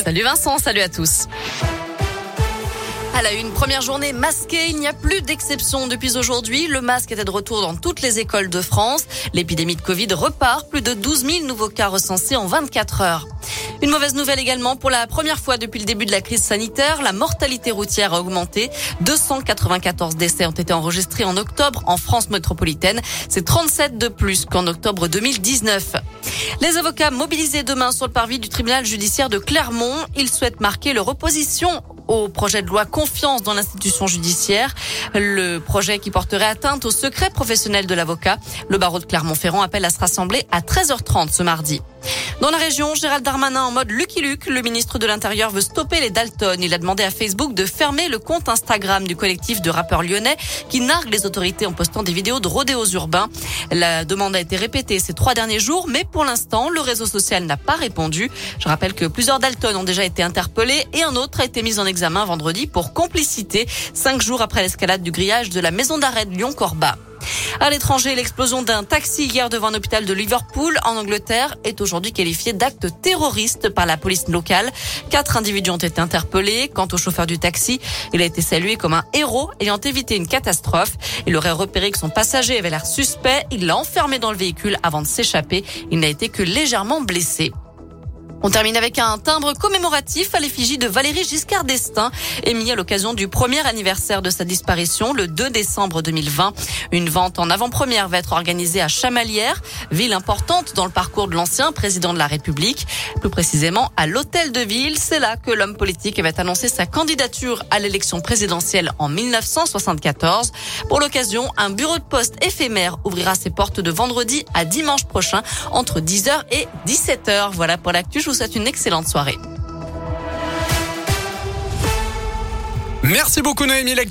Salut Vincent, salut à tous. À la une, première journée masquée, il n'y a plus d'exception depuis aujourd'hui. Le masque était de retour dans toutes les écoles de France. L'épidémie de Covid repart, plus de 12 000 nouveaux cas recensés en 24 heures. Une mauvaise nouvelle également, pour la première fois depuis le début de la crise sanitaire, la mortalité routière a augmenté. 294 décès ont été enregistrés en octobre en France métropolitaine. C'est 37 de plus qu'en octobre 2019. Les avocats mobilisés demain sur le parvis du tribunal judiciaire de Clermont. Ils souhaitent marquer leur opposition au projet de loi confiance dans l'institution judiciaire. Le projet qui porterait atteinte au secret professionnel de l'avocat. Le barreau de Clermont-Ferrand appelle à se rassembler à 13h30 ce mardi. Dans la région, Gérald Darmanin en mode Lucky Luke, le ministre de l'Intérieur veut stopper les Dalton. Il a demandé à Facebook de fermer le compte Instagram du collectif de rappeurs lyonnais qui nargue les autorités en postant des vidéos de rodéos urbains. La demande a été répétée ces 3 derniers jours, mais pour l'instant, le réseau social n'a pas répondu. Je rappelle que plusieurs Dalton ont déjà été interpellés et un autre a été mis en examen vendredi pour complicité, 5 jours après l'escalade du grillage de la maison d'arrêt de Lyon-Corba. À l'étranger, l'explosion d'un taxi hier devant un hôpital de Liverpool en Angleterre est aujourd'hui qualifiée d'acte terroriste par la police locale. 4 individus ont été interpellés. Quant au chauffeur du taxi, il a été salué comme un héros ayant évité une catastrophe. Il aurait repéré que son passager avait l'air suspect. Il l'a enfermé dans le véhicule avant de s'échapper. Il n'a été que légèrement blessé. On termine avec un timbre commémoratif à l'effigie de Valéry Giscard d'Estaing, émis à l'occasion du premier anniversaire de sa disparition, le 2 décembre 2020. Une vente en avant-première va être organisée à Chamalières, ville importante dans le parcours de l'ancien président de la République. Plus précisément, à l'hôtel de ville, c'est là que l'homme politique avait annoncé sa candidature à l'élection présidentielle en 1974. Pour l'occasion, un bureau de poste éphémère ouvrira ses portes de vendredi à dimanche prochain, entre 10h et 17h. Voilà pour l'actu. Je vous souhaite une excellente soirée. Merci beaucoup Noémie.